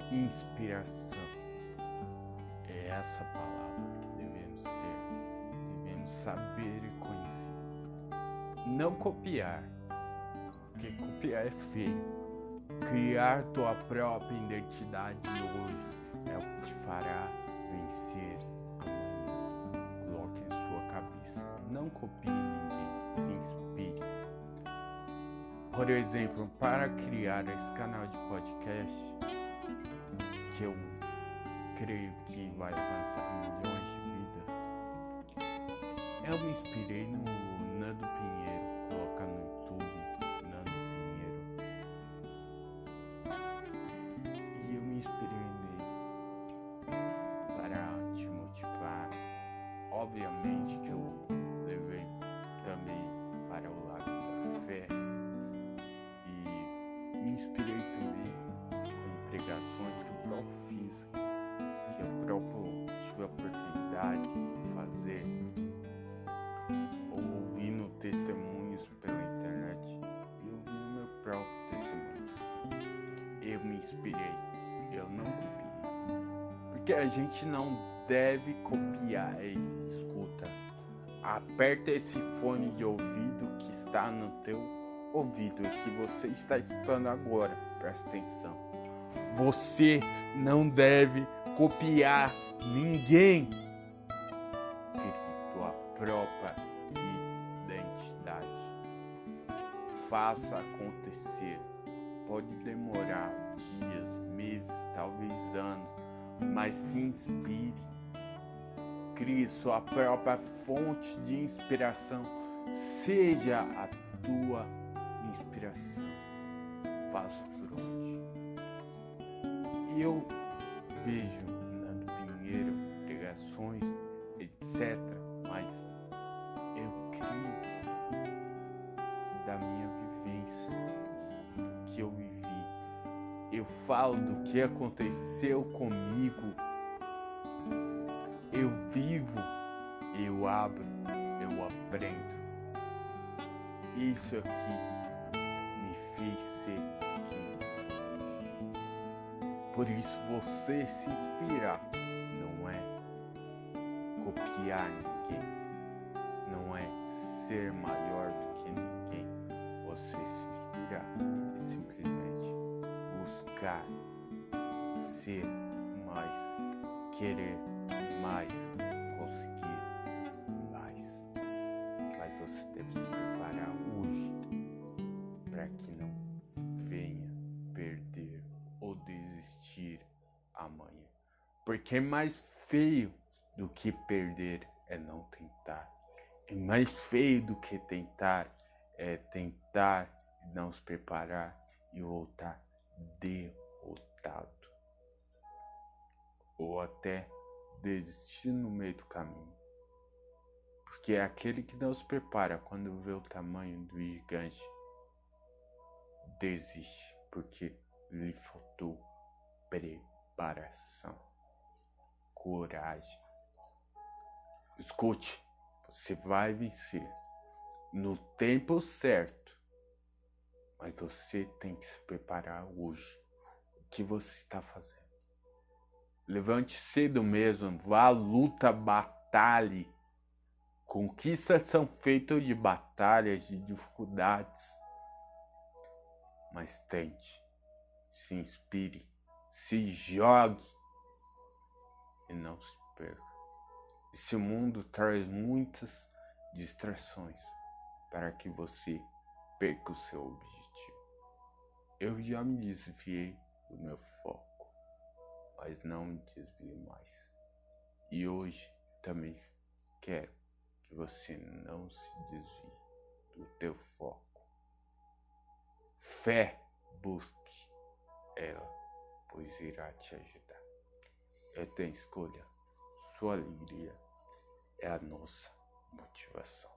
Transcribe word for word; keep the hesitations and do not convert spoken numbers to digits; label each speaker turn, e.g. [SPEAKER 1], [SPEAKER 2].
[SPEAKER 1] inspiração. É essa palavra que devemos ter, devemos saber e conhecer. Não copiar, porque copiar é feio. Criar tua própria identidade hoje é o que te fará vencer amanhã. Coloque em sua cabeça. Não copie ninguém, se inspire. Por exemplo, para criar esse canal de podcast, que eu creio que vai avançar milhões de vidas, eu me inspirei no Nando Pinheiro. Coloca no YouTube Nando Pinheiro. E eu me inspirei nele para te motivar. Obviamente que eu levei também para o lado da fé. E me inspirei também com pregações que eu próprio fiz, que eu próprio tive a oportunidade de fazer, ou ouvindo testemunhos pela internet e ouvindo meu próprio testemunho. Eu me inspirei, eu não copiei. Porque a gente não deve copiar. Ei, escuta, aperta esse fone de ouvido que está no teu ouvido e que você está escutando agora, presta atenção. Você não deve copiar ninguém. Crie tua própria identidade. Faça acontecer. Pode demorar dias, meses, talvez anos, mas se inspire. Crie sua própria fonte de inspiração. Seja a tua inspiração. Faça por onde. Eu vejo Nando Pinheiro, pregações, etcétera. Mas eu crio da minha vivência, do que eu vivi. Eu falo do que aconteceu comigo. Eu vivo, eu abro, eu aprendo. Isso aqui me fez ser quem eu sou. Por isso você se inspirar não é copiar ninguém, não é ser maior do que ninguém. Você se inspirar e simplesmente buscar ser mais, querer mais, conseguir mais. Mas você deve se preparar hoje para que não venha perder ou desistir amanhã. Porque é mais feio do que perder é não tentar. É mais feio do que tentar é tentar e não se preparar e voltar derrotado. Ou até desistir no meio do caminho. Porque é aquele que não se prepara quando vê o tamanho do gigante, desiste, porque lhe faltou preparação, coragem. Escute, você vai vencer no tempo certo, mas você tem que se preparar hoje. O que você está fazendo? Levante cedo mesmo, vá à luta, batalhe. Conquistas são feitas de batalhas, de dificuldades. Mas tente, se inspire, se jogue e não se perca. Esse mundo traz muitas distrações para que você perca o seu objetivo. Eu já me desviei do meu foco, mas não me desvio mais. E hoje também quero que você não se desvie do teu foco. Fé, busque ela, pois irá te ajudar. Eu tenho escolha, sua alegria é a nossa motivação.